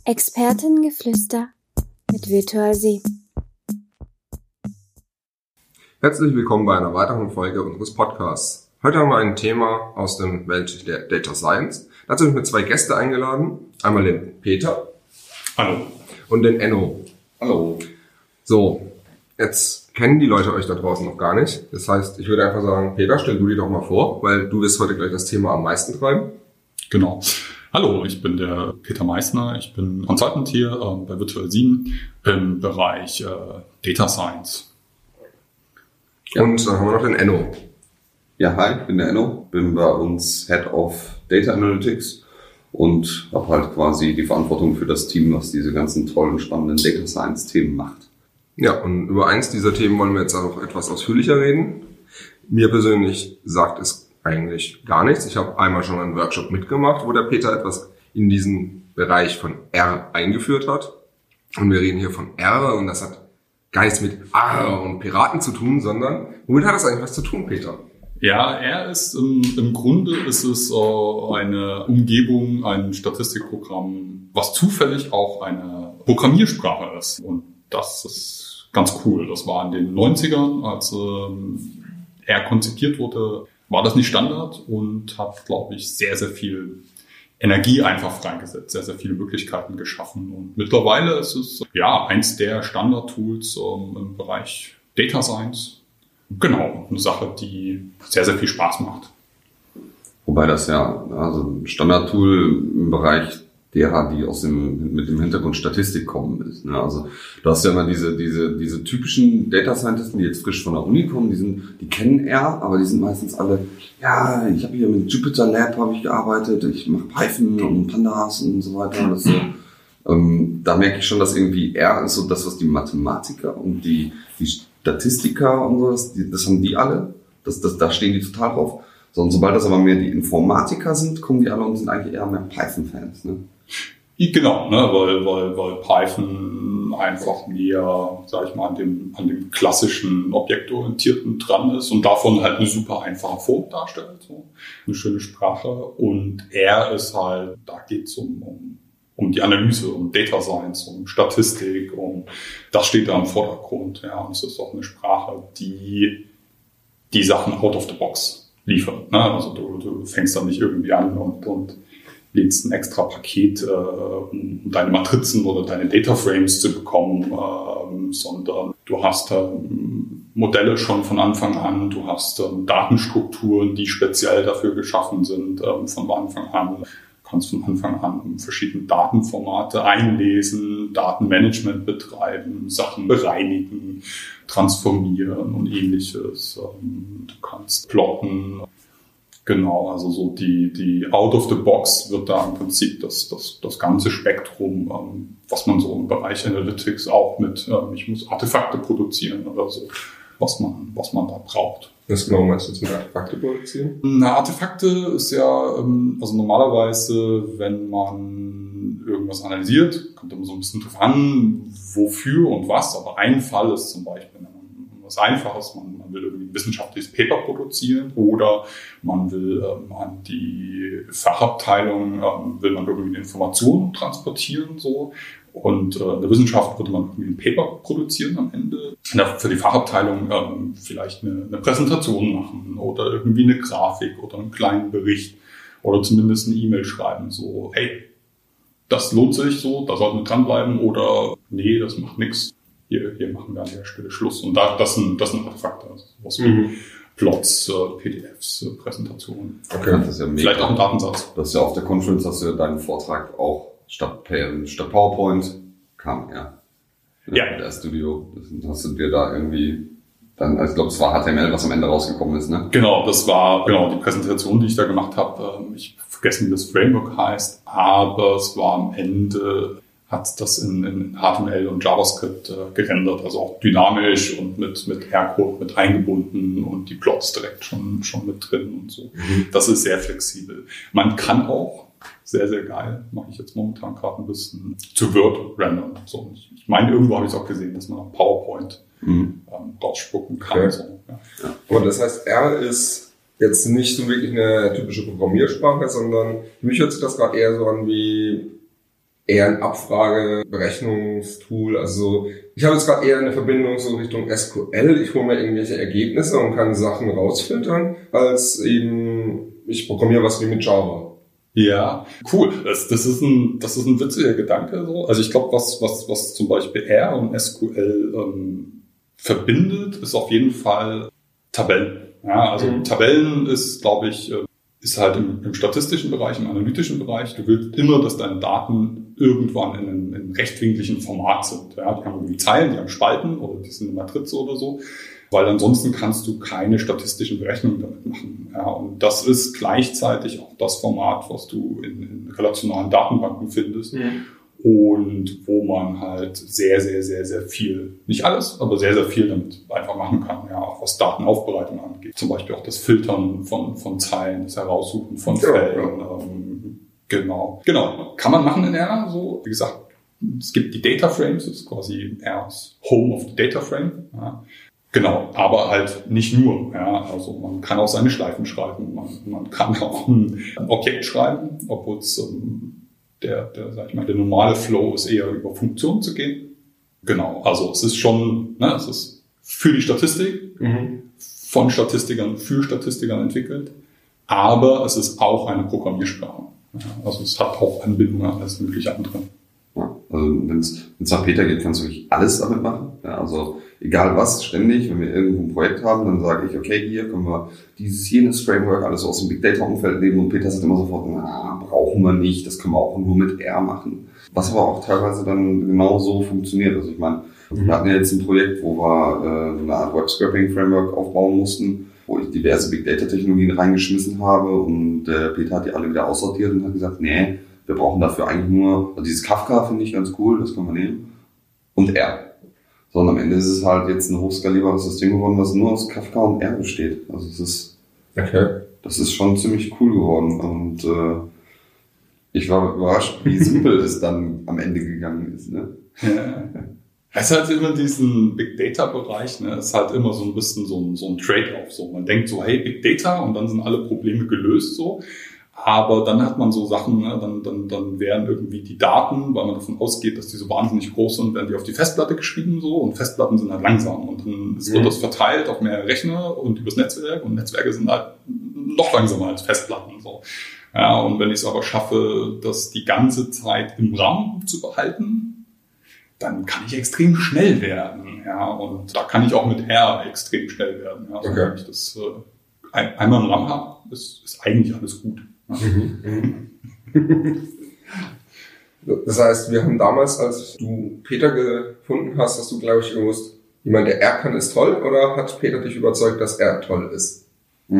Expertengeflüster mit Virtual Sie. Herzlich willkommen bei einer weiteren Folge unseres Podcasts. Heute haben wir ein Thema aus der Welt der Data Science. Dazu habe ich mir zwei Gäste eingeladen. Einmal den Peter. Hallo. Und den Enno. Hallo. So, jetzt kennen die Leute euch da draußen noch gar nicht. Das heißt, ich würde einfach sagen, Peter, stell du dich doch mal vor, weil du wirst heute gleich das Thema am meisten treiben. Genau. Hallo, ich bin der Peter Meissner. Ich bin Consultant hier bei Virtual 7 im Bereich Data Science. Und dann haben wir noch den Enno. Ja, hi, ich bin der Enno, bin bei uns Head of Data Analytics und habe halt quasi die Verantwortung für das Team, was diese ganzen tollen, spannenden Data Science Themen macht. Ja, und über eins dieser Themen wollen wir jetzt auch etwas ausführlicher reden. Mir persönlich sagt es eigentlich gar nichts. Ich habe einmal schon einen Workshop mitgemacht, wo der Peter etwas in diesen Bereich von R eingeführt hat. Und wir reden hier von R und das hat gar nichts mit R und Piraten zu tun, sondern womit hat das eigentlich was zu tun, Peter? Ja, R ist im Grunde ist es eine Umgebung, ein Statistikprogramm, was zufällig auch eine Programmiersprache ist. Und das ist ganz cool. Das war in den 90ern, als R konzipiert wurde, war das nicht Standard und hat, glaube ich, sehr, sehr viel Energie einfach freigesetzt, sehr, sehr viele Möglichkeiten geschaffen. Und mittlerweile ist es eins der Standard-Tools im Bereich Data Science. Genau, eine Sache, die sehr, sehr viel Spaß macht. Wobei das also ein Standard-Tool im Bereich derer, die mit dem Hintergrund Statistik kommen ist. Ne? Also du hast ja immer diese typischen Data Scientisten, die jetzt frisch von der Uni kommen, die kennen R, aber die sind meistens alle, ja, ich habe hier mit Jupyter Lab habe ich gearbeitet, ich mache Python und Pandas und so weiter. Und das so. Da merke ich schon, dass irgendwie R ist so das, was die Mathematiker und die Statistiker und so, das haben die alle. Da stehen die total drauf. So, und sobald das aber mehr die Informatiker sind, kommen die alle und sind eigentlich eher mehr Python-Fans, ne? Genau, ne, weil Python einfach näher, sag ich mal, an dem klassischen Objektorientierten dran ist und davon halt eine super einfache Form darstellt, so eine schöne Sprache. Und R ist halt, da geht's um die Analyse, um Data Science, um Statistik, das steht da im Vordergrund. Ja, und es ist auch eine Sprache, die Sachen out of the box liefert. Ne? Also du fängst dann nicht irgendwie an und lädst ein extra Paket, um deine Matrizen oder deine Data Frames zu bekommen, sondern du hast Modelle schon von Anfang an, du hast Datenstrukturen, die speziell dafür geschaffen sind von Anfang an. Du kannst von Anfang an verschiedene Datenformate einlesen, Datenmanagement betreiben, Sachen bereinigen, transformieren und ähnliches. Du kannst plotten. Genau, also so die out of the box wird da im Prinzip das ganze Spektrum, was man so im Bereich Analytics auch mit, ich muss Artefakte produzieren oder so, was man da braucht. Was genau meinst du jetzt mit Artefakte produzieren? Na, Artefakte ist ja, also normalerweise, wenn man irgendwas analysiert, kommt immer so ein bisschen drauf an, wofür und was, aber ein Fall ist zum Beispiel, was Einfaches, man will irgendwie ein wissenschaftliches Paper produzieren oder man will an die Fachabteilung will man irgendwie Informationen transportieren so und in der Wissenschaft würde man irgendwie ein Paper produzieren am Ende. Für die Fachabteilung vielleicht eine Präsentation machen oder irgendwie eine Grafik oder einen kleinen Bericht oder zumindest eine E-Mail schreiben, so hey, das lohnt sich so, da sollten wir dranbleiben oder nee, das macht nichts. Hier machen wir an der Stelle Schluss. Und das sind Artefakte, also sowas wie Plots, PDFs, Präsentationen. Okay, das ist ja mega. Vielleicht auch ein Datensatz. Das ist ja auf der Conference, hast du ja deinen Vortrag auch statt PowerPoint kam ja. Mit RStudio. Das hast du dir da irgendwie dann, also ich glaube, es war HTML, was am Ende rausgekommen ist, ne? Genau, das war die Präsentation, die ich da gemacht habe. Ich habe vergessen, wie das Framework heißt, aber es war am Ende hat das in HTML und JavaScript gerendert, also auch dynamisch und mit R-Code mit eingebunden und die Plots direkt schon mit drin und so. Das ist sehr flexibel. Man kann auch, sehr, sehr geil, mache ich jetzt momentan gerade ein bisschen, zu Word rendern. So. Ich meine, irgendwo habe ich es auch gesehen, dass man auch PowerPoint rausspucken kann. Okay. So, ja. Aber das heißt, R ist jetzt nicht so wirklich eine typische Programmiersprache, sondern für mich hört sich das gerade eher so an wie eher ein Abfrageberechnungstool. Also ich habe jetzt gerade eher eine Verbindung so Richtung SQL. Ich hole mir irgendwelche Ergebnisse und kann Sachen rausfiltern, als eben ich programmiere was wie mit Java. Ja, cool. Das ist ein witziger Gedanke so. Also ich glaube, was zum Beispiel R und SQL verbindet, ist auf jeden Fall Tabellen. Ja, also Tabellen ist, glaube ich, ist halt im statistischen Bereich, im analytischen Bereich. Du willst immer, dass deine Daten irgendwann in einem rechtwinkligen Format sind. Ja, die haben irgendwie Zeilen, die haben Spalten oder die sind eine Matrize oder so. Weil ansonsten kannst du keine statistischen Berechnungen damit machen. Ja, und das ist gleichzeitig auch das Format, was du in relationalen Datenbanken findest. Und wo man halt sehr, sehr, sehr, sehr viel, nicht alles, aber sehr, sehr viel damit einfach machen kann, ja, auch was Datenaufbereitung angeht. Zum Beispiel auch das Filtern von Zeilen, das Heraussuchen von Fällen. Genau. Kann man machen in R. So, wie gesagt, es gibt die Data Frames, das ist quasi R's Home of the Data Frame. Ja. Genau, aber halt nicht nur. Ja, also man kann auch seine Schleifen schreiben, man kann auch ein Objekt schreiben, obwohl es der normale Flow ist eher über Funktionen zu gehen. Genau, also es ist schon, es ist für die Statistik, von Statistikern für Statistikern entwickelt, aber es ist auch eine Programmiersprache. Ja, also es hat auch Anbindungen an alles mögliche andere. Ja, also wenn es nach Peter geht, kannst du wirklich alles damit machen. Ja, also egal was, ständig, wenn wir irgendwo ein Projekt haben, dann sage ich, okay, hier können wir jenes Framework, alles aus dem Big Data Umfeld nehmen, und Peter sagt immer sofort, brauchen wir nicht, das können wir auch nur mit R machen. Was aber auch teilweise dann genau so funktioniert. Also ich meine, wir hatten ja jetzt ein Projekt, wo wir eine Art Web-Scraping Framework aufbauen mussten, wo ich diverse Big Data Technologien reingeschmissen habe, und Peter hat die alle wieder aussortiert und hat gesagt, nee, wir brauchen dafür eigentlich nur, also dieses Kafka finde ich ganz cool, das können wir nehmen, und R. Sondern am Ende ist es halt jetzt ein hochskalierbares System geworden, das nur aus Kafka und R besteht. Also das ist schon ziemlich cool geworden, und ich war überrascht, wie simpel es dann am Ende gegangen ist. Ne? Ja. Es ist halt immer diesen Big Data Bereich, ne? Es ist halt immer so ein bisschen so ein Trade-off. So. Man denkt so, hey, Big Data, und dann sind alle Probleme gelöst so. Aber dann hat man so Sachen, ne? Dann werden irgendwie die Daten, weil man davon ausgeht, dass die so wahnsinnig groß sind, werden die auf die Festplatte geschrieben so, und Festplatten sind halt langsam, und dann wird das verteilt auf mehrere Rechner und übers Netzwerk, und Netzwerke sind halt noch langsamer als Festplatten so. Ja, und wenn ich es aber schaffe, das die ganze Zeit im RAM zu behalten, dann kann ich extrem schnell werden. Ja, und da kann ich auch mit R extrem schnell werden. Ja, also wenn ich das einmal im RAM habe, ist eigentlich alles gut. Das heißt, wir haben damals, als du Peter gefunden hast du, glaube ich, gewusst, jemand, der R kann, ist toll, oder hat Peter dich überzeugt, dass R toll ist?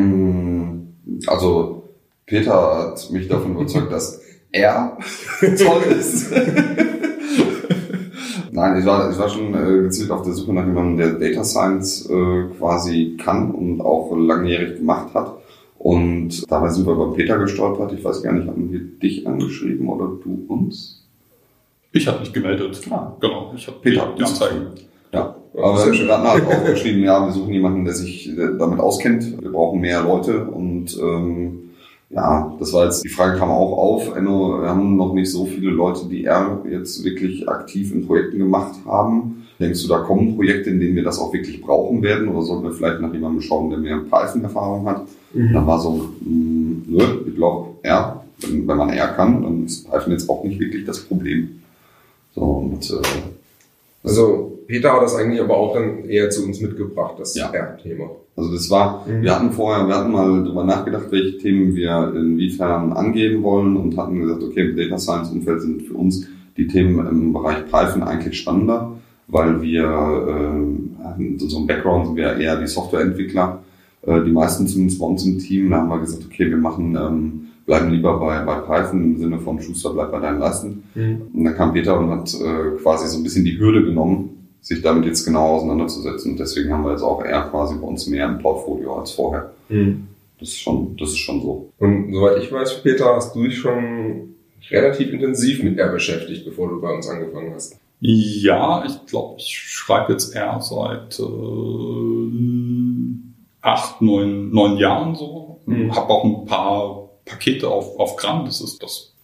Also Peter hat mich davon überzeugt, dass R toll ist. Nein, ich war schon gezielt auf der Suche nach jemandem, der Data Science quasi kann und auch langjährig gemacht hat. Und dabei sind wir bei Peter gestolpert. Ich weiß gar nicht, haben wir dich angeschrieben oder du uns? Ich habe mich gemeldet. Genau. Ich habe Peter die Anzeigen. Ja, aber wir hatten halt auch geschrieben, ja, wir suchen jemanden, der sich damit auskennt. Wir brauchen mehr Leute, und ja, das war jetzt, die Frage kam auch auf. Wir haben noch nicht so viele Leute, die R jetzt wirklich aktiv in Projekten gemacht haben. Denkst du, da kommen Projekte, in denen wir das auch wirklich brauchen werden? Oder sollten wir vielleicht nach jemandem schauen, der mehr Python-Erfahrung hat? Dann war so, nö, ich glaube, R, wenn man R kann, dann ist Python jetzt auch nicht wirklich das Problem. So, und also Peter hat das eigentlich aber auch dann eher zu uns mitgebracht, das R-Thema. Also das war, wir hatten mal drüber nachgedacht, welche Themen wir inwiefern angehen wollen, und hatten gesagt, okay, im Data Science Umfeld sind für uns die Themen im Bereich Python eigentlich spannender, weil wir in so einem Background sind wir eher die Softwareentwickler, die meisten zumindest bei uns im Team. Da haben wir gesagt, okay, wir bleiben lieber bei Python im Sinne von Schuster, bleib bei deinen Leisten. Und dann kam Peter und hat quasi so ein bisschen die Hürde genommen, sich damit jetzt genau auseinanderzusetzen. Und deswegen haben wir jetzt auch eher quasi bei uns mehr im Portfolio als vorher. Das ist schon so. Und soweit ich weiß, Peter, hast du dich schon relativ intensiv mit R beschäftigt, bevor du bei uns angefangen hast. Ja, ich glaube, ich schreibe jetzt R seit 8, 9 Jahren so. Habe auch ein paar Pakete auf Gran, das ist das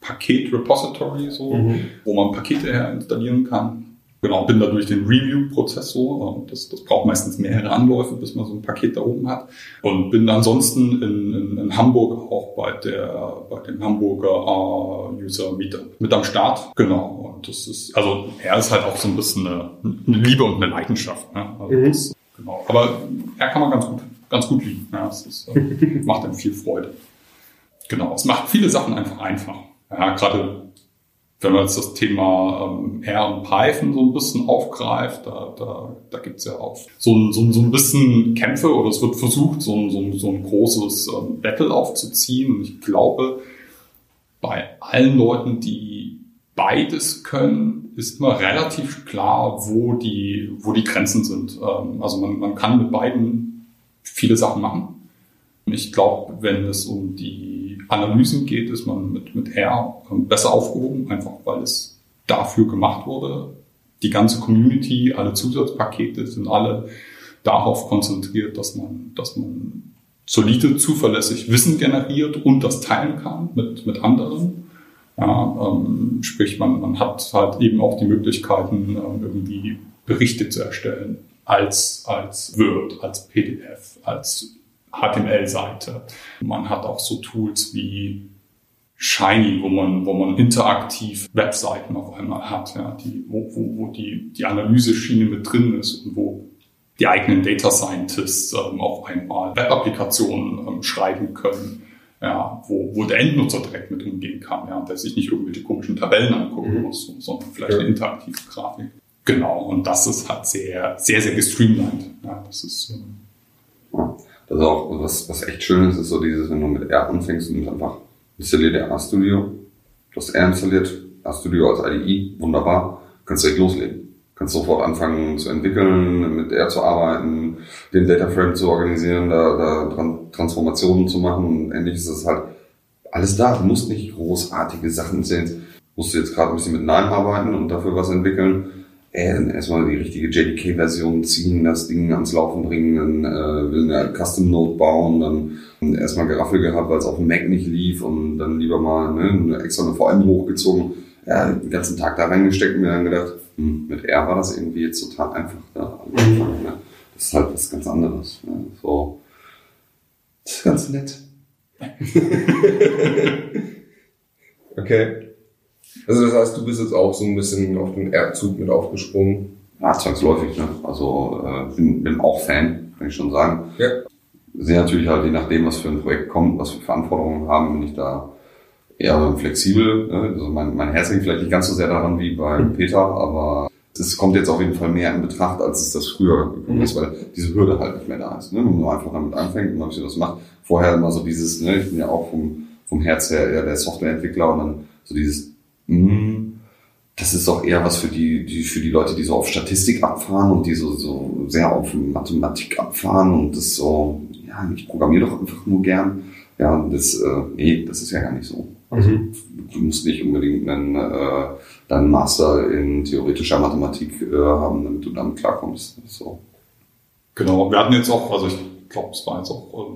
Paket-Repository, wo man Pakete her installieren kann. Genau, bin da durch den Review-Prozess so. Das braucht meistens mehrere Anläufe, bis man so ein Paket da oben hat. Und bin ansonsten in Hamburg auch bei dem Hamburger User Meetup mit am Start. Genau. Und das ist, also er ist halt auch so ein bisschen eine Liebe und eine Leidenschaft. Ne? Also genau. Aber er kann man ganz gut lieben. Ja, es macht einem viel Freude. Genau. Es macht viele Sachen einfach. Ja, gerade wenn man jetzt das Thema R und Python so ein bisschen aufgreift, da gibt es ja auch so ein bisschen Kämpfe oder es wird versucht, so ein großes Battle aufzuziehen. Und ich glaube, bei allen Leuten, die beides können, ist immer relativ klar, wo die Grenzen sind. Also man kann mit beiden viele Sachen machen. Ich glaube, wenn es um die Analysen geht, ist man mit R besser aufgehoben, einfach weil es dafür gemacht wurde. Die ganze Community, alle Zusatzpakete sind alle darauf konzentriert, dass man solide, zuverlässig Wissen generiert und das teilen kann mit anderen. Ja, sprich, man hat halt eben auch die Möglichkeiten, irgendwie Berichte zu erstellen als Word, als PDF, als HTML-Seite. Man hat auch so Tools wie Shiny, wo man interaktiv Webseiten auf einmal hat, ja, wo die Analyseschiene mit drin ist und wo die eigenen Data Scientists auf einmal Web-Applikationen schreiben können, ja, wo der Endnutzer direkt mit umgehen kann, ja, der sich nicht irgendwelche komischen Tabellen angucken muss, sondern vielleicht eine interaktive Grafik. Genau, und das ist halt sehr, sehr, sehr gestreamlined. Ja, das ist das ist auch was echt schön ist so dieses, wenn du mit R anfängst und einfach installiert der RStudio. Du hast R installiert, RStudio als IDE, wunderbar, kannst direkt loslegen. Kannst sofort anfangen zu entwickeln, mit R zu arbeiten, den Dataframe zu organisieren, da Transformationen zu machen und endlich ist das halt alles da. Du musst nicht großartige Sachen installieren. Musst du jetzt gerade ein bisschen mit Nime arbeiten und dafür was entwickeln. Dann erstmal die richtige JDK-Version ziehen, das Ding ans Laufen bringen, dann will eine Custom-Node bauen, dann erstmal Geraffel gehabt, weil es auf dem Mac nicht lief und dann lieber mal extra eine VM hochgezogen, den ganzen Tag da reingesteckt und mir dann gedacht, mit R war das irgendwie jetzt total einfach da am Anfang. Ne? Das ist halt was ganz anderes. Ne? So, das ist ganz nett. Okay. Also das heißt, du bist jetzt auch so ein bisschen auf den R-Zug mit aufgesprungen? Ja, zwangsläufig. Ne? Also bin auch Fan, kann ich schon sagen. Ja. Sehe natürlich halt, je nachdem, was für ein Projekt kommt, was wir für Anforderungen haben, bin ich da eher flexibel. Ne? Also mein Herz hängt vielleicht nicht ganz so sehr daran wie bei Peter, aber es kommt jetzt auf jeden Fall mehr in Betracht, als es das früher gekommen ist, weil diese Hürde halt nicht mehr da ist. Ne? Wenn man einfach damit anfängt und ein bisschen was macht. Vorher immer so dieses, ne, ich bin ja auch vom Herz her eher der Softwareentwickler und dann so dieses das ist doch eher was für die Leute, die so auf Statistik abfahren und die so sehr auf Mathematik abfahren und das so, ja, ich programmiere doch einfach nur gern. Ja, das ist ja gar nicht so. Also, du musst nicht unbedingt deinen Master in theoretischer Mathematik haben, damit du damit klarkommst. So. Genau, wir hatten jetzt auch, also ich glaube, es war jetzt auch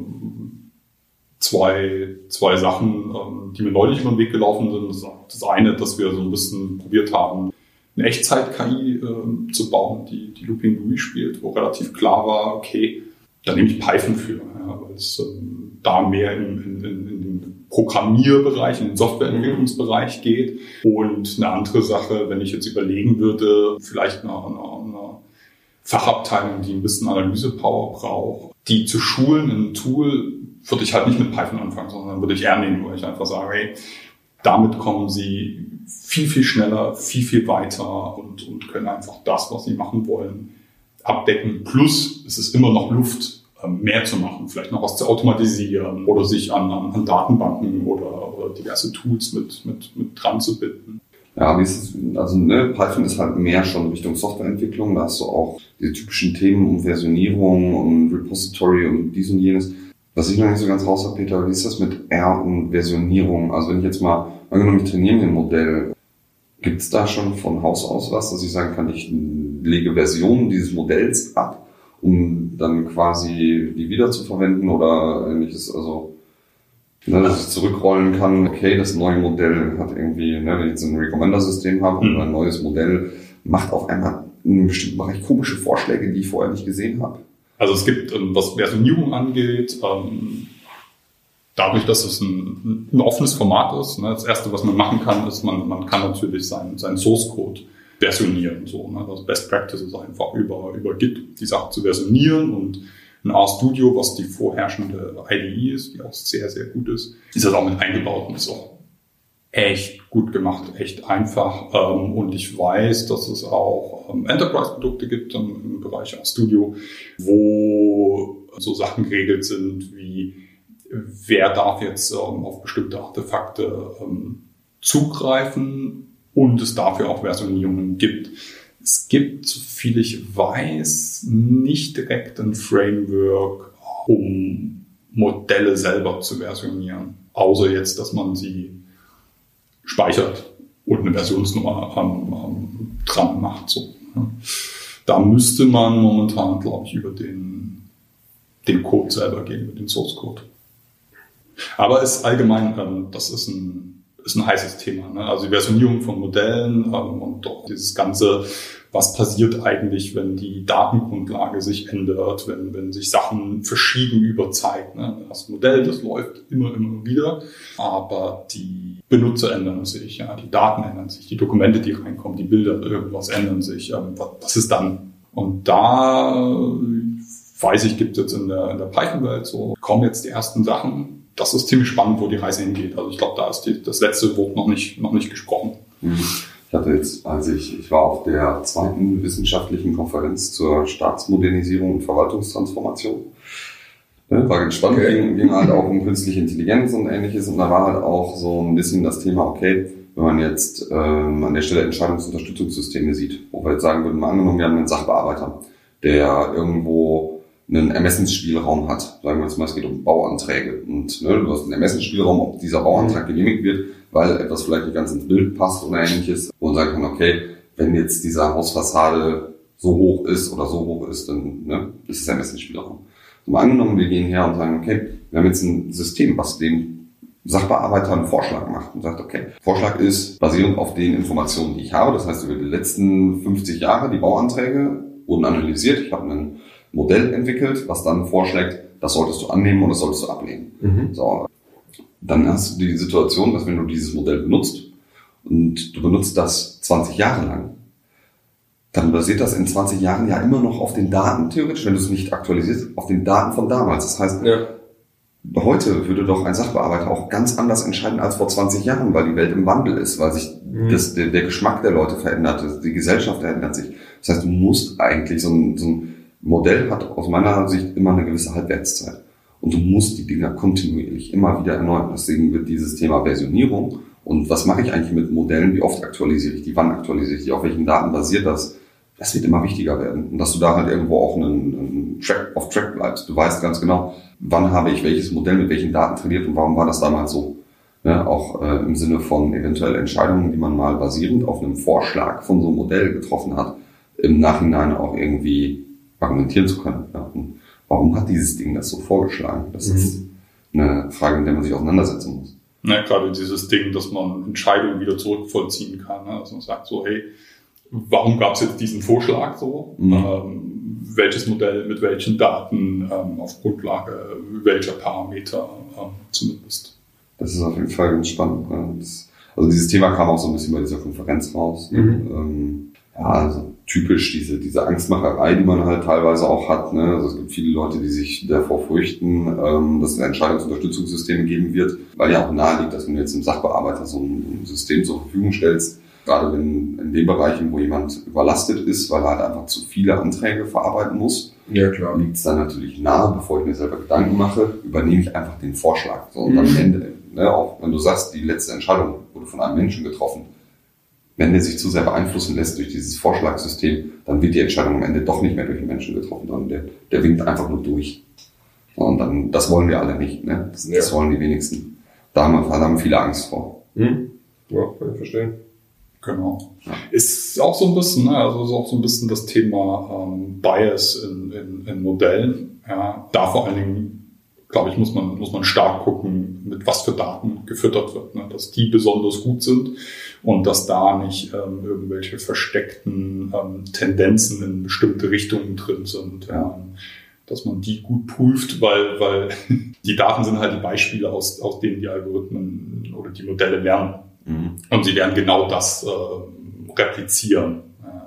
zwei Sachen, die mir neulich über den Weg gelaufen sind. Das eine, dass wir so ein bisschen probiert haben, eine Echtzeit-KI zu bauen, die Looping GUI spielt, wo relativ klar war, okay, da nehme ich Python für, ja, weil es da mehr in den Programmierbereich, in den Softwareentwicklungsbereich geht. Und eine andere Sache, wenn ich jetzt überlegen würde, vielleicht eine Fachabteilung, die ein bisschen Analyse-Power braucht, die zu schulen in ein Tool, würde ich halt nicht mit Python anfangen, sondern würde ich R nehmen, weil ich einfach sage, hey, damit kommen sie viel, viel schneller, viel, viel weiter und können einfach das, was sie machen wollen, abdecken. Plus, es ist immer noch Luft, mehr zu machen, vielleicht noch was zu automatisieren oder sich an Datenbanken oder diverse Tools mit dran zu binden. Ja, Python ist halt mehr schon Richtung Softwareentwicklung. Da hast du auch diese typischen Themen um Versionierung und Repository und dies und jenes. Was ich noch nicht so ganz raus habe, Peter, wie ist das mit R und Versionierung? Also wenn ich jetzt mal, angenommen, ich trainiere mir ein Modell, gibt es da schon von Haus aus was, dass ich sagen kann, ich lege Versionen dieses Modells ab, um dann quasi die wieder zu verwenden oder ähnliches? Also Dass ich zurückrollen kann, okay, das neue Modell hat irgendwie, wenn ich jetzt ein Recommender-System habe und ein neues Modell macht auf einmal in einem bestimmten Bereich komische Vorschläge, die ich vorher nicht gesehen habe. Also es gibt, was Versionierung angeht, dadurch, dass es ein offenes Format ist, das Erste, was man machen kann, ist, man kann natürlich seinen Source-Code versionieren. So, das Best Practice ist einfach über Git die Sache zu versionieren, und ein RStudio, was die vorherrschende IDE ist, die auch sehr, sehr gut ist das auch mit eingebaut und ist auch echt gut gemacht, echt einfach. Und ich weiß, dass es auch Enterprise-Produkte gibt im Bereich RStudio, wo so Sachen geregelt sind wie, wer darf jetzt auf bestimmte Artefakte zugreifen, und es dafür auch Versionierungen gibt. Es gibt, soviel ich weiß, nicht direkt ein Framework, um Modelle selber zu versionieren. Außer jetzt, dass man sie speichert und eine Versionsnummer dran macht. So. Da müsste man momentan, glaube ich, über den Code selber gehen, über den Source Code. Aber es allgemein, das ist ein heißes Thema. Also die Versionierung von Modellen und doch dieses Ganze, was passiert eigentlich, wenn die Datengrundlage sich ändert, wenn sich Sachen verschieben über Zeit. Das Modell, das läuft immer wieder, aber die Benutzer ändern sich, die Daten ändern sich, die Dokumente, die reinkommen, die Bilder, irgendwas ändern sich. Was ist dann? Und da weiß ich, gibt es jetzt in der Python-Welt so, kommen jetzt die ersten Sachen. Das ist ziemlich spannend, wo die Reise hingeht. Also ich glaube, da ist das letzte Wort noch nicht gesprochen. Ich hatte jetzt, ich war auf der 2. wissenschaftlichen Konferenz zur Staatsmodernisierung und Verwaltungstransformation. War ganz spannend, ging halt auch um künstliche Intelligenz und Ähnliches, und da war halt auch so ein bisschen das Thema, okay, wenn man jetzt an der Stelle Entscheidungsunterstützungssysteme sieht, wo wir jetzt sagen würden, mal angenommen, wir haben einen Sachbearbeiter, der irgendwo einen Ermessensspielraum hat. Sagen wir jetzt mal, es geht um Bauanträge. Und du hast einen Ermessensspielraum, ob dieser Bauantrag genehmigt wird, weil etwas vielleicht nicht ganz ins Bild passt oder Ähnliches. Und sagen kann, okay, wenn jetzt diese Hausfassade so hoch ist oder so hoch ist, dann ist es Ermessensspielraum. So, mal angenommen, wir gehen her und sagen, okay, wir haben jetzt ein System, was dem Sachbearbeiter einen Vorschlag macht und sagt, okay, Vorschlag ist basierend auf den Informationen, die ich habe. Das heißt, über die letzten 50 Jahre, die Bauanträge wurden analysiert. Ich habe ein Modell entwickelt, was dann vorschlägt, das solltest du annehmen und das solltest du ablehnen. So, dann hast du die Situation, dass wenn du dieses Modell benutzt und du benutzt das 20 Jahre lang, dann basiert das in 20 Jahren ja immer noch auf den Daten, theoretisch, wenn du es nicht aktualisierst, auf den Daten von damals. Das heißt, heute würde doch ein Sachbearbeiter auch ganz anders entscheiden als vor 20 Jahren, weil die Welt im Wandel ist, weil sich der Geschmack der Leute verändert, die Gesellschaft verändert sich. Das heißt, du musst eigentlich so ein Modell hat aus meiner Sicht immer eine gewisse Halbwertszeit. Und du musst die Dinger kontinuierlich immer wieder erneuern. Deswegen wird dieses Thema Versionierung und was mache ich eigentlich mit Modellen, wie oft aktualisiere ich die, wann aktualisiere ich die, auf welchen Daten basiert das, das wird immer wichtiger werden. Und dass du da halt irgendwo auch einen Track bleibst. Du weißt ganz genau, wann habe ich welches Modell mit welchen Daten trainiert und warum war das damals so. Auch im Sinne von eventuell Entscheidungen, die man mal basierend auf einem Vorschlag von so einem Modell getroffen hat, im Nachhinein auch irgendwie argumentieren zu können. Und warum hat dieses Ding das so vorgeschlagen? Das ist eine Frage, mit der man sich auseinandersetzen muss. Gerade dieses Ding, dass man Entscheidungen wieder zurückvollziehen kann. Also man sagt so, hey, warum gab es jetzt diesen Vorschlag so? Welches Modell mit welchen Daten auf Grundlage welcher Parameter zumindest? Das ist auf jeden Fall ganz spannend. Also dieses Thema kam auch so ein bisschen bei dieser Konferenz raus. Also typisch diese Angstmacherei, die man halt teilweise auch hat. Also es gibt viele Leute, die sich davor fürchten, dass es ein Entscheidungsunterstützungssystem geben wird, weil ja auch nahe liegt, dass wenn du jetzt einem Sachbearbeiter so ein System zur Verfügung stellst, gerade wenn in den Bereichen, wo jemand überlastet ist, weil er halt einfach zu viele Anträge verarbeiten muss, liegt es dann natürlich nahe, bevor ich mir selber Gedanken mache, übernehme ich einfach den Vorschlag. So, und am Ende, auch wenn du sagst, die letzte Entscheidung wurde von einem Menschen getroffen, wenn der sich zu sehr beeinflussen lässt durch dieses Vorschlagssystem, dann wird die Entscheidung am Ende doch nicht mehr durch den Menschen getroffen, sondern der winkt einfach nur durch. Und dann, das wollen wir alle nicht, Das wollen die wenigsten. Da haben viele Angst vor. Ja, kann ich verstehen. Genau. Ja. Ist auch so ein bisschen, also ist auch so ein bisschen das Thema Bias in Modellen. Ja. Da vor allen Dingen, glaube ich, muss man stark gucken, mit was für Daten gefüttert wird, ne? Dass die besonders gut sind und dass da nicht irgendwelche versteckten Tendenzen in bestimmte Richtungen drin sind. Dass man die gut prüft, weil die Daten sind halt die Beispiele, aus denen die Algorithmen oder die Modelle lernen. Und sie werden genau das replizieren.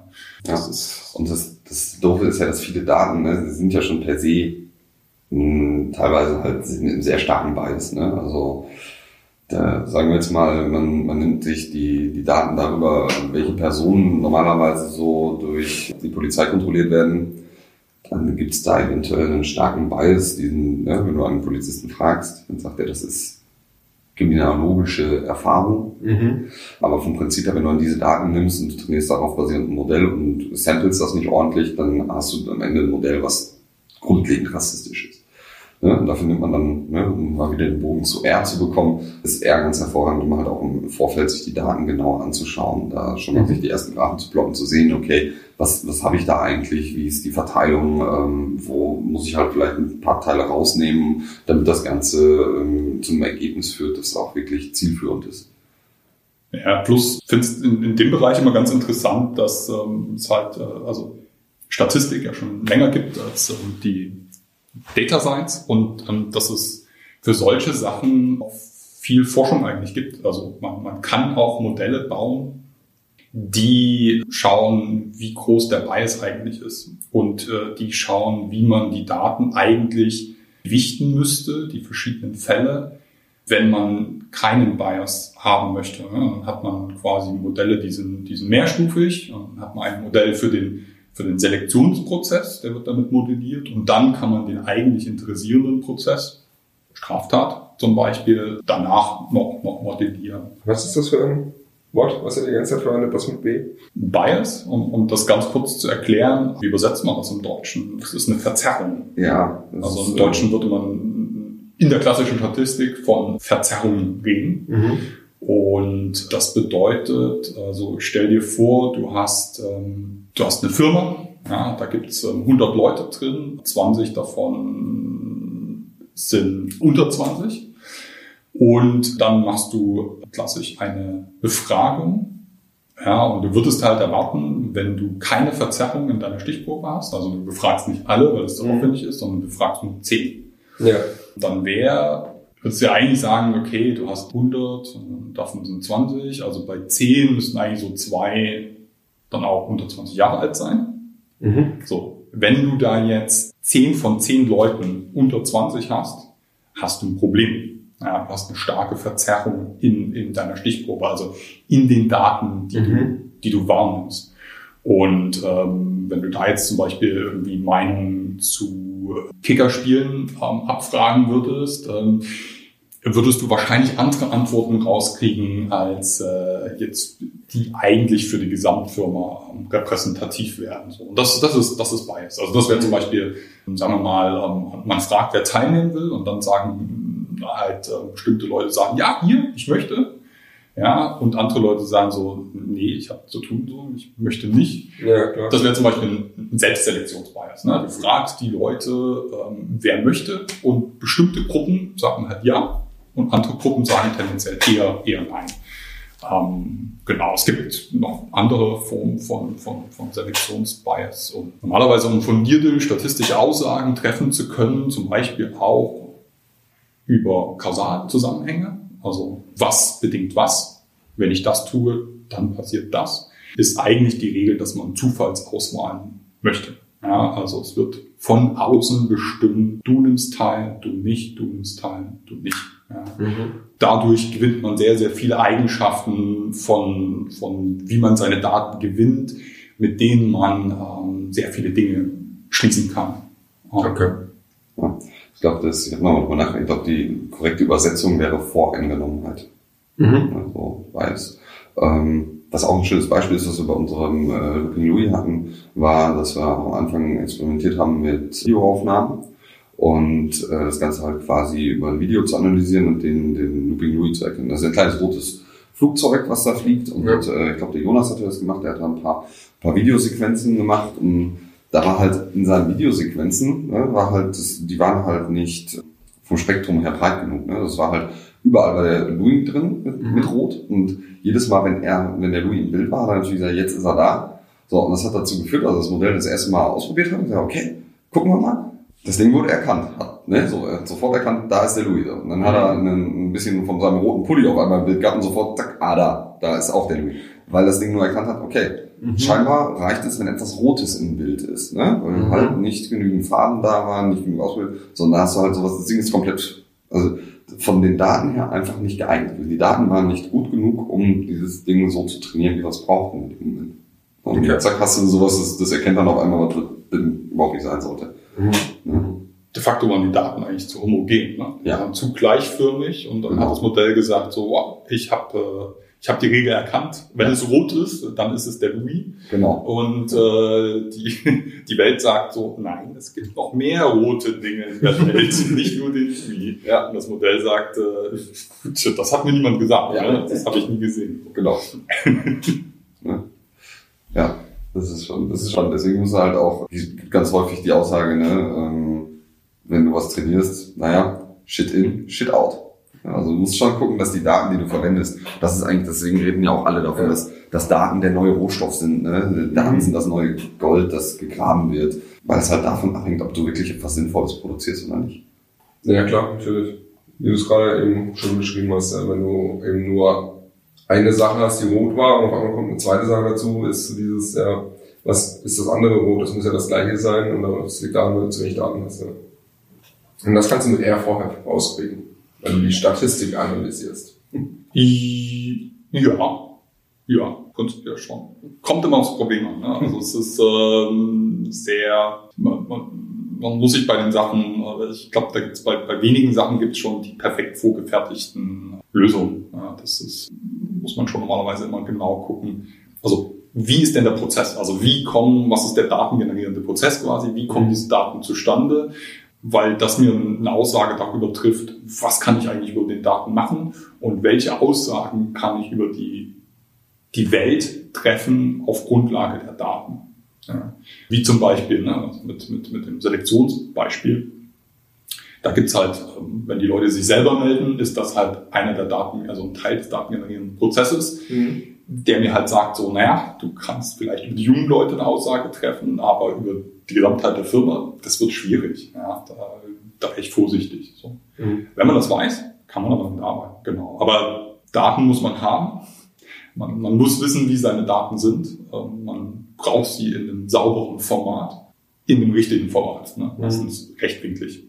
Und das Doofe ist ja, dass viele Daten, ne, die sind ja schon per se teilweise halt in einem sehr starken Bias. Ne? Also da sagen wir jetzt mal, man nimmt sich die Daten darüber, welche Personen normalerweise so durch die Polizei kontrolliert werden, dann gibt es da eventuell einen starken Bias, wenn du einen Polizisten fragst, dann sagt er, das ist kriminologische Erfahrung. Aber vom Prinzip her, wenn du an diese Daten nimmst und du trainierst darauf basierend ein Modell und samples das nicht ordentlich, dann hast du am Ende ein Modell, was grundlegend rassistisch ist. Und dafür nimmt man dann, um mal wieder den Bogen zu R zu bekommen, ist R ganz hervorragend, um halt auch im Vorfeld sich die Daten genauer anzuschauen, da schon mal sich die ersten Graphen zu plotten, zu sehen, okay, was habe ich da eigentlich, wie ist die Verteilung, wo muss ich halt vielleicht ein paar Teile rausnehmen, damit das Ganze zu einem Ergebnis führt, das auch wirklich zielführend ist. Ja, plus finde ich in dem Bereich immer ganz interessant, dass es halt Statistik ja schon länger gibt als die Data Science und dass es für solche Sachen viel Forschung eigentlich gibt. Also man kann auch Modelle bauen, die schauen, wie groß der Bias eigentlich ist und die schauen, wie man die Daten eigentlich gewichten müsste, die verschiedenen Fälle, wenn man keinen Bias haben möchte. Dann hat man quasi Modelle, die sind mehrstufig, dann hat man ein Modell für den Selektionsprozess, der wird damit modelliert und dann kann man den eigentlich interessierenden Prozess, Straftat zum Beispiel, danach noch modellieren. Was ist das für ein Wort, was ihr die ganze Zeit verwendet, das mit B? Bias, um das ganz kurz zu erklären, wie übersetzt man das im Deutschen? Das ist eine Verzerrung. Ja. Also im Deutschen würde man in der klassischen Statistik von Verzerrungen reden. Und das bedeutet, also stell dir vor, du hast eine Firma, ja, da gibt's 100 Leute drin, 20 davon sind unter 20 und dann machst du klassisch eine Befragung, ja, und du würdest halt erwarten, wenn du keine Verzerrung in deiner Stichprobe hast, also du befragst nicht alle, weil es so aufwendig ist, sondern du befragst nur 10. Ja. Dann würdest du ja eigentlich sagen, okay, du hast 100, davon sind 20, also bei 10 müssten eigentlich so 2 dann auch unter 20 Jahre alt sein. So, wenn du da jetzt 10 von 10 Leuten unter 20 hast, hast du ein Problem. Ja, du hast eine starke Verzerrung in deiner Stichprobe, also in den Daten, die du wahrnimmst. Und wenn du da jetzt zum Beispiel irgendwie Meinungen zu Kickerspielen abfragen würdest, würdest du wahrscheinlich andere Antworten rauskriegen, als jetzt die eigentlich für die Gesamtfirma repräsentativ werden. So. Und das ist Bias. Also das wäre zum Beispiel, sagen wir mal, man fragt, wer teilnehmen will, und dann sagen halt bestimmte Leute sagen, ja, hier, ich möchte. Ja, und andere Leute sagen so, nee, ich habe zu tun, so, ich möchte nicht. Ja, klar. Das wäre zum Beispiel ein Selbstselektionsbias. Ne? Du fragst die Leute, wer möchte, und bestimmte Gruppen sagen halt ja und andere Gruppen sagen tendenziell eher nein. Genau, es gibt noch andere Formen von Selektionsbias. Und normalerweise, um fundierte statistische Aussagen treffen zu können, zum Beispiel auch über Kausalzusammenhänge, also was bedingt was, wenn ich das tue, dann passiert das, ist eigentlich die Regel, dass man Zufallsauswahlen möchte. Ja, also es wird von außen bestimmt, du nimmst teil, du nicht, du nimmst teil, du nicht. Ja. Dadurch gewinnt man sehr, sehr viele Eigenschaften von wie man seine Daten gewinnt, mit denen man sehr viele Dinge schließen kann. Okay. Ja, ich glaube, ich glaube, die korrekte Übersetzung wäre Voreingenommenheit. Also Bias. Was auch ein schönes Beispiel ist, was wir bei unserem Looping Louis hatten, war, dass wir am Anfang experimentiert haben mit Videoaufnahmen und das Ganze halt quasi über ein Video zu analysieren und den Looping Louis zu erkennen. Das ist ein kleines rotes Flugzeug, was da fliegt, und ich glaube, der Jonas hatte das gemacht, der hat da ein paar Videosequenzen gemacht, und da war halt in seinen Videosequenzen, die waren halt nicht vom Spektrum her breit genug. Das war halt Überall war der Louis drin mit Rot und jedes Mal, wenn der Louis im Bild war, hat er natürlich gesagt, jetzt ist er da. So, und das hat dazu geführt, also das Modell das erste Mal ausprobiert hat und gesagt, okay, gucken wir mal. Das Ding wurde erkannt, er hat sofort erkannt, da ist der Louis. Und dann hat er ein bisschen von seinem roten Pulli auf einmal im Bild gehabt und sofort, zack, da ist auch der Louis. Weil das Ding nur erkannt hat, okay, scheinbar reicht es, wenn etwas Rotes im Bild ist, ne? Weil halt nicht genügend Farben da waren, nicht genügend Ausbild, sondern da hast du halt sowas, das Ding ist komplett, also von den Daten her einfach nicht geeignet. Die Daten waren nicht gut genug, um dieses Ding so zu trainieren, wie wir es brauchten in dem Moment. Und zack, hast du sowas, das erkennt dann auf einmal, was überhaupt nicht sein sollte. Ja. De facto waren die Daten eigentlich zu homogen, ne? Die waren zu gleichförmig und dann hat das Modell gesagt so, wow, ich habe die Regel erkannt. Wenn es rot ist, dann ist es der Louis. Genau. Und die Welt sagt so, nein, es gibt noch mehr rote Dinge in der Welt, nicht nur den Louis. Ja. Und das Modell sagt, das hat mir niemand gesagt, ne? Das habe ich nie gesehen. Genau. Ja, das ist schon. Deswegen muss halt auch ganz häufig die Aussage, ne, wenn du was trainierst, shit in, shit out. Ja, also du musst schon gucken, dass die Daten, die du verwendest, das ist eigentlich, deswegen reden ja auch alle davon, dass Daten der neue Rohstoff sind, ne? Daten sind das neue Gold, das gegraben wird, weil es halt davon abhängt, ob du wirklich etwas Sinnvolles produzierst oder nicht. Ja klar, natürlich. Wie du es gerade eben schon beschrieben hast, wenn du eben nur eine Sache hast, die rot war und auf einmal kommt eine zweite Sache dazu, ist dieses, was ist das andere rot, das muss ja das gleiche sein und das liegt daran, wenn du zu wenig Daten hast. Ja. Und das kannst du mit R vorher rauskriegen, wenn du die Statistik analysierst. Ja, prinzipiell schon. Kommt immer aufs Problem an, ne? Also es ist man muss sich bei den Sachen, ich glaube, da gibt's bei wenigen Sachen gibt's schon die perfekt vorgefertigten Lösungen. Ja, muss man schon normalerweise immer genau gucken. Also wie ist denn der Prozess? Also was ist der datengenerierende Prozess quasi? Wie kommen diese Daten zustande? Weil das mir eine Aussage darüber trifft, was kann ich eigentlich über den Daten machen und welche Aussagen kann ich über die Welt treffen auf Grundlage der Daten. Ja. Wie zum Beispiel, ne, mit dem Selektionsbeispiel. Da gibt's halt, wenn die Leute sich selber melden, ist das halt einer der Daten, also ein Teil des datengenerierenden Prozesses, der mir halt sagt so, du kannst vielleicht über die jungen Leute eine Aussage treffen, aber über die Gesamtheit der Firma, das wird schwierig. Ja, da wäre ich vorsichtig. So. Wenn man das weiß, kann man aber damit arbeiten. Genau. Aber Daten muss man haben. Man muss wissen, wie seine Daten sind. Man braucht sie in einem sauberen Format, in dem richtigen Format. Ne? Meistens rechtwinklig.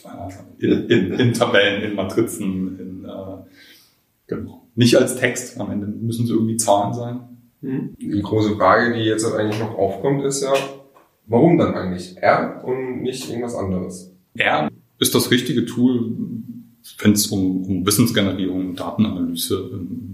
In Tabellen, in Matrizen, genau. Nicht als Text. Am Ende müssen sie irgendwie Zahlen sein. Die große Frage, die jetzt eigentlich noch aufkommt, ist ja, warum dann eigentlich R und nicht irgendwas anderes? R ist das richtige Tool, wenn es um Wissensgenerierung und Datenanalyse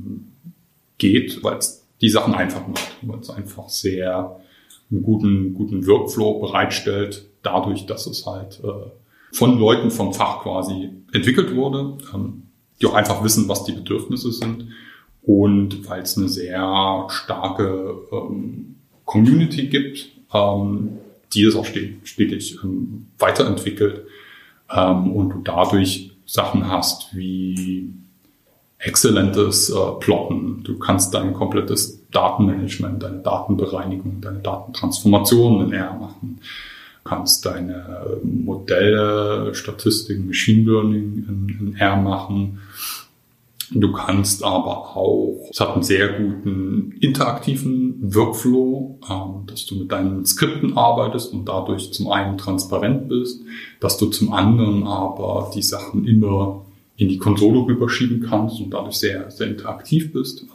geht, weil es die Sachen einfach macht, weil es einfach sehr einen guten Workflow bereitstellt, dadurch, dass es halt von Leuten vom Fach quasi entwickelt wurde, die auch einfach wissen, was die Bedürfnisse sind und weil es eine sehr starke Community gibt, die es auch stetig weiterentwickelt und du dadurch Sachen hast wie exzellentes Plotten. Du kannst dein komplettes Datenmanagement, deine Datenbereinigung, deine Datentransformation in R machen. Du kannst deine Modelle, Statistiken, Machine Learning in R machen. Du kannst aber auch, es hat einen sehr guten interaktiven Workflow, dass du mit deinen Skripten arbeitest und dadurch zum einen transparent bist, dass du zum anderen aber die Sachen immer in die Konsole rüberschieben kannst und dadurch sehr, sehr interaktiv bist.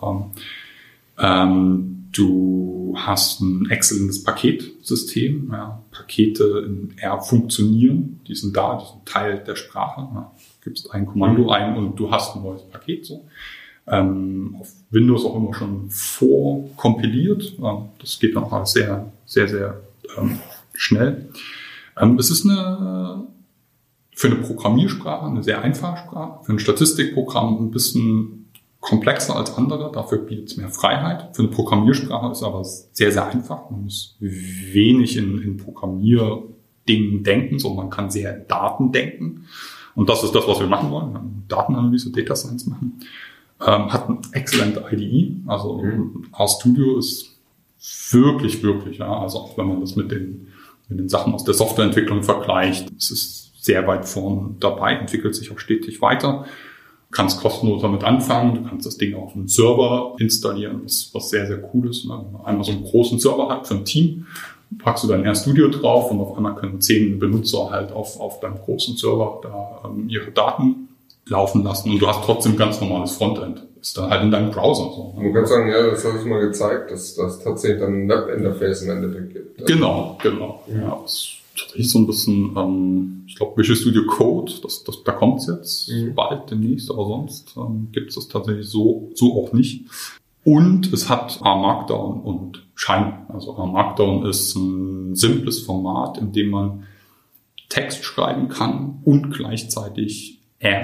Du hast ein exzellentes Paketsystem. Ja. Pakete in R funktionieren, die sind da, die sind Teil der Sprache. Ja. Du gibst ein Kommando ein und du hast ein neues Paket. So. Auf Windows auch immer schon vorkompiliert. Das geht dann auch alles sehr, sehr, sehr schnell. Es ist für eine Programmiersprache eine sehr einfache Sprache, für ein Statistikprogramm ein bisschen komplexer als andere, dafür bietet es mehr Freiheit. Für eine Programmiersprache ist aber sehr, sehr einfach. Man muss wenig in Programmierdingen denken, sondern man kann sehr in Daten denken. Und das ist das, was wir machen wollen. Datenanalyse, Data Science machen. Hat ein exzellente IDE. Also RStudio ist wirklich, wirklich, ja. Also auch wenn man das mit den Sachen aus der Softwareentwicklung vergleicht, es ist sehr weit vorn dabei, entwickelt sich auch stetig weiter. Du kannst kostenlos damit anfangen, du kannst das Ding auf einen Server installieren, was sehr, sehr cool ist. Wenn man einmal so einen großen Server hat für ein Team, packst du dein RStudio drauf und auf einmal können 10 Benutzer halt auf deinem großen Server da ihre Daten laufen lassen und du hast trotzdem ganz normales Frontend. Ist dann halt in deinem Browser so. Man kann sagen, ja, das habe ich mal gezeigt, dass das tatsächlich dann ein Web-Interface im Endeffekt gibt. Genau. Ja, das ist tatsächlich so ein bisschen, ich glaube, Visual Studio Code, da kommt es jetzt bald demnächst, aber sonst gibt es das tatsächlich so auch nicht. Und es hat R Markdown und Shiny. Also R Markdown ist ein simples Format, in dem man Text schreiben kann und gleichzeitig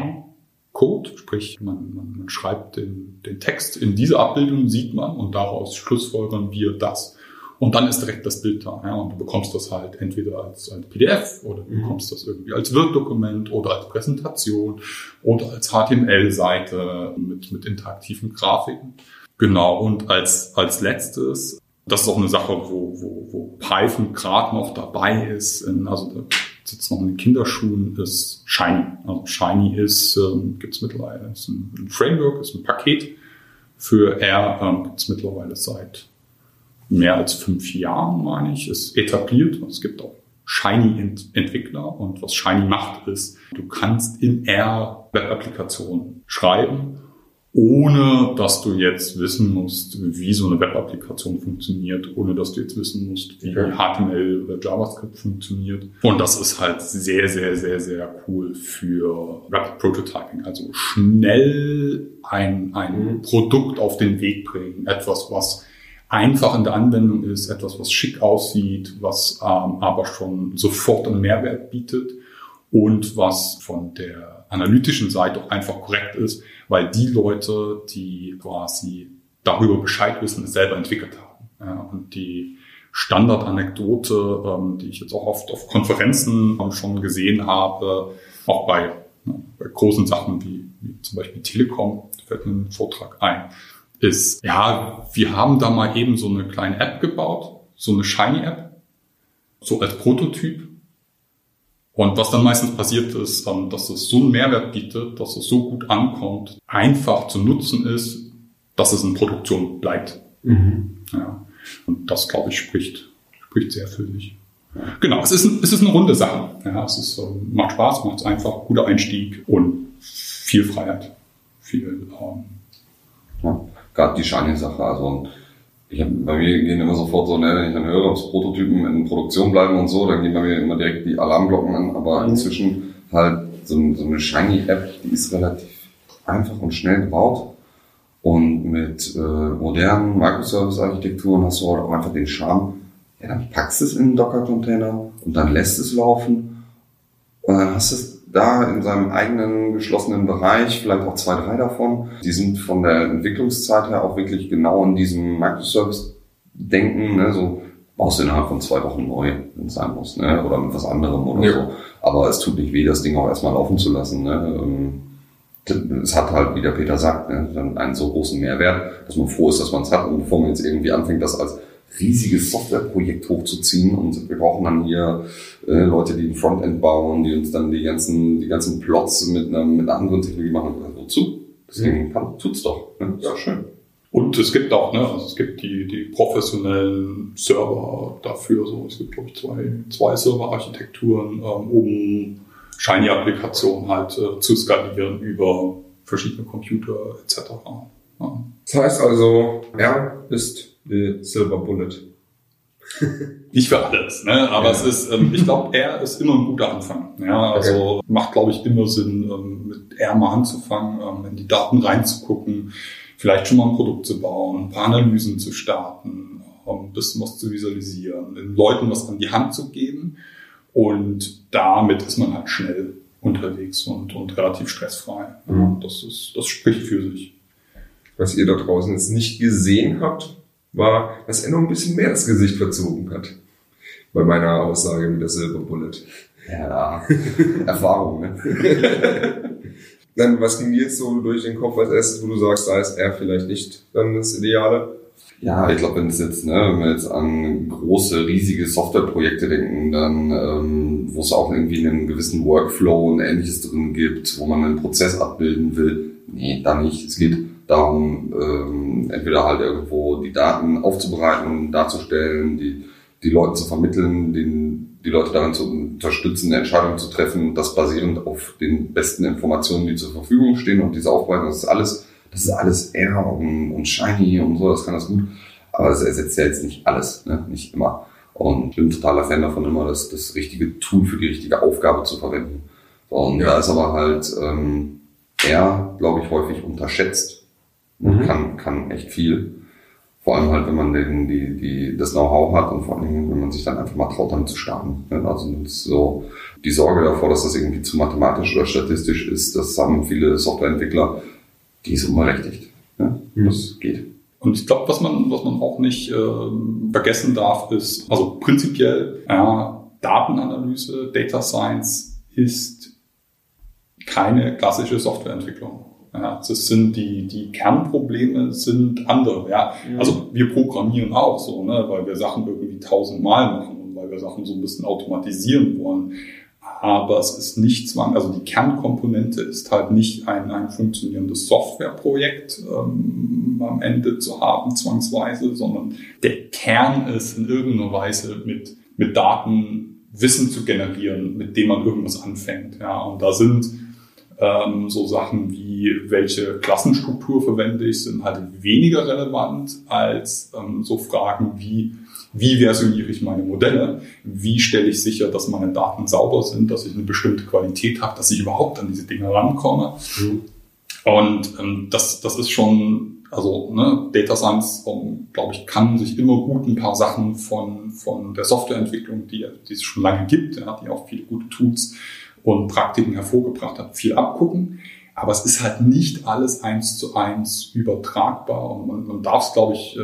R-Code, sprich man schreibt den Text in diese Abbildung, sieht man und daraus schlussfolgern wir das. Und dann ist direkt das Bild da. Ja, und du bekommst das halt entweder als PDF oder du bekommst das irgendwie als Word-Dokument oder als Präsentation oder als HTML-Seite mit interaktiven Grafiken. Genau, und als letztes, das ist auch eine Sache, wo Python gerade noch dabei ist, also da sitzt noch in den Kinderschuhen, ist Shiny. Also Shiny gibt's mittlerweile, ist ein Framework, ist ein Paket für R, gibt's mittlerweile seit mehr als 5 Jahren, meine ich, ist etabliert. Es gibt auch Shiny-Entwickler und was Shiny macht ist, du kannst in R Web-Applikationen schreiben, ohne dass du jetzt wissen musst, wie so eine Web-Applikation funktioniert, ohne dass du jetzt wissen musst, wie HTML oder JavaScript funktioniert. Und das ist halt sehr, sehr, sehr, sehr cool für Rapid Prototyping. Also schnell ein Produkt auf den Weg bringen. Etwas, was einfach in der Anwendung ist, etwas, was schick aussieht, was aber schon sofort einen Mehrwert bietet und was von der analytischen Seite auch einfach korrekt ist, weil die Leute, die quasi darüber Bescheid wissen, es selber entwickelt haben. Ja, und die Standardanekdote, die ich jetzt auch oft auf Konferenzen schon gesehen habe, auch bei großen Sachen wie zum Beispiel Telekom, fällt mir ein Vortrag ein, ist, ja, wir haben da mal eben so eine kleine App gebaut, so eine Shiny-App, so als Prototyp. Und was dann meistens passiert ist, dass es so einen Mehrwert bietet, dass es so gut ankommt, einfach zu nutzen ist, dass es in Produktion bleibt. Ja. Und das, glaube ich, spricht sehr für sich. Genau, es ist eine runde Sache. Ja, macht Spaß, macht es einfach, guter Einstieg und viel Freiheit. Ja, gerade die Shiny-Sache. Also bei mir gehen immer sofort so, wenn ich dann höre, dass Prototypen in Produktion bleiben und so, dann gehen bei mir immer direkt die Alarmglocken an. Aber inzwischen halt so eine Shiny-App, die ist relativ einfach und schnell gebaut. Und mit modernen Microservice-Architekturen hast du halt auch einfach den Charme, ja, dann packst du es in einen Docker-Container und dann lässt es laufen. Und dann hast du es da in seinem eigenen geschlossenen Bereich, vielleicht auch 2, 3 davon. Die sind von der Entwicklungszeit her auch wirklich genau in diesem Microservice-Denken, ne, so baust du innerhalb von 2 Wochen neu, wenn es sein muss, ne, oder mit was anderem oder so. Aber es tut nicht weh, das Ding auch erstmal laufen zu lassen, ne. Es hat halt, wie der Peter sagt, ne, dann einen so großen Mehrwert, dass man froh ist, dass man es hat, und bevor man jetzt irgendwie anfängt, das als riesiges Softwareprojekt hochzuziehen, und wir brauchen dann hier Leute, die ein Frontend bauen, die uns dann die ganzen Plots mit einer anderen Technologie machen. Wozu? Deswegen tut's doch. Ne? Ja, schön. Und es gibt auch, es gibt die professionellen Server dafür. So, es gibt, glaube ich, 2 Serverarchitekturen, um Shiny-Applikationen halt zu skalieren über verschiedene Computer etc. Ja. Das heißt also, R ist die Silver Bullet. Nicht für alles, ne? Aber es ist, ich glaube, R ist immer ein guter Anfang. Ja, also macht, glaube ich, immer Sinn, mit R mal anzufangen, in die Daten reinzugucken, vielleicht schon mal ein Produkt zu bauen, ein paar Analysen zu starten, ein bisschen was zu visualisieren, den Leuten was an die Hand zu geben, und damit ist man halt schnell unterwegs und relativ stressfrei. Ja, das spricht für sich. Was ihr da draußen jetzt nicht gesehen habt, war, dass er noch ein bisschen mehr das Gesicht verzogen hat. Bei meiner Aussage mit der Silver Bullet. Ja, Erfahrung, ne? Dann, was ging dir jetzt so durch den Kopf als erstes, wo du sagst, da ist er vielleicht nicht dann das Ideale? Ja, ich glaube, wenn wir jetzt an große, riesige Softwareprojekte denken, dann, wo es auch irgendwie einen gewissen Workflow und Ähnliches drin gibt, wo man einen Prozess abbilden will, nee, da nicht. Es geht darum, entweder halt irgendwo die Daten aufzubereiten, darzustellen, die Leute zu vermitteln, die Leute darin zu unterstützen, eine Entscheidung zu treffen, das basierend auf den besten Informationen, die zur Verfügung stehen und diese aufbereiten. Das ist alles R und Shiny und so, das kann das gut. Aber es ersetzt ja jetzt nicht alles, ne? Nicht immer. Und ich bin ein totaler Fan davon, immer das richtige Tool für die richtige Aufgabe zu verwenden. So, und da ist aber halt R, glaube ich, häufig unterschätzt. Kann echt viel. Vor allem halt, wenn man das Know-how hat und vor allem, wenn man sich dann einfach mal traut, damit zu starten. Also so die Sorge davor, dass das irgendwie zu mathematisch oder statistisch ist, das haben viele Softwareentwickler, die ist unberechtigt. Ne? Das geht. Und ich glaube, was man auch nicht vergessen darf, ist, also prinzipiell, Datenanalyse, Data Science ist keine klassische Softwareentwicklung. Ja, das sind die Kernprobleme sind andere. Ja. Also wir programmieren auch so, ne, weil wir Sachen irgendwie 1000-mal machen und weil wir Sachen so ein bisschen automatisieren wollen. Aber es ist nicht also die Kernkomponente ist halt nicht ein funktionierendes Softwareprojekt am Ende zu haben, zwangsweise, sondern der Kern ist in irgendeiner Weise mit Daten Wissen zu generieren, mit dem man irgendwas anfängt. Ja. Und da sind so Sachen wie, welche Klassenstruktur verwende ich, sind halt weniger relevant als so Fragen wie versioniere ich meine Modelle, wie stelle ich sicher, dass meine Daten sauber sind, dass ich eine bestimmte Qualität habe, dass ich überhaupt an diese Dinge rankomme. Und das ist schon, also Data Science, glaube ich, kann sich immer gut ein paar Sachen von der Softwareentwicklung, die es schon lange gibt, ja, die auch viele gute Tools und Praktiken hervorgebracht hat, viel abgucken. Aber es ist halt nicht alles 1:1 übertragbar. Und man darf es, glaube ich,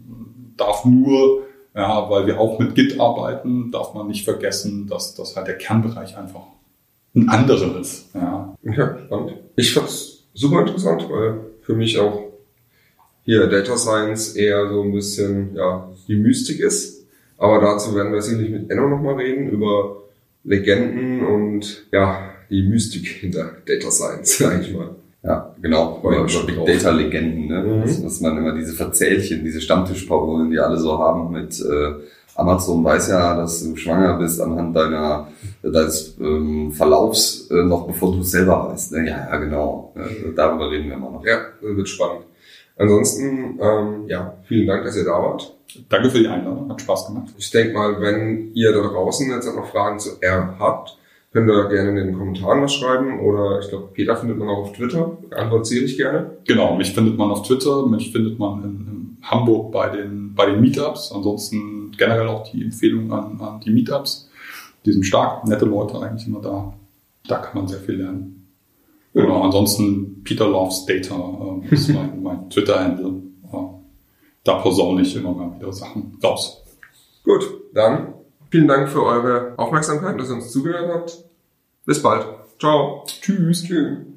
weil wir auch mit Git arbeiten, darf man nicht vergessen, dass das halt der Kernbereich einfach ein anderer ist. Ja, spannend. Ich fand es super interessant, weil für mich auch hier Data Science eher so ein bisschen die Mystik ist. Aber dazu werden wir sicherlich mit Enno nochmal reden, über Legenden und die Mystik hinter Data Science, sag ich mal. Ja, genau. Über Big Data Legenden, ne? Dass man immer diese Verzählchen, diese Stammtischparolen, die alle so haben mit Amazon weiß ja, dass du schwanger bist anhand deines Verlaufs, noch bevor du es selber weißt. Ne? Ja, genau. Darüber reden wir immer noch. Ja, das wird spannend. Ansonsten, vielen Dank, dass ihr da wart. Danke für die Einladung, hat Spaß gemacht. Ich denke mal, wenn ihr da draußen jetzt noch Fragen zu R habt, könnt ihr gerne in den Kommentaren was schreiben oder ich glaube, Peter findet man auch auf Twitter, antwortiere ich gerne. Genau, mich findet man auf Twitter, mich findet man in Hamburg bei den Meetups, ansonsten generell auch die Empfehlung an die Meetups. Die sind stark, nette Leute eigentlich immer da. Da kann man sehr viel lernen. Genau, ansonsten Peter Loves Data ist mein Twitter-Handle. Da posaune ich immer mal wieder Sachen raus. Gut, dann vielen Dank für eure Aufmerksamkeit, dass ihr uns zugehört habt. Bis bald. Ciao. Tschüss. Tschüss.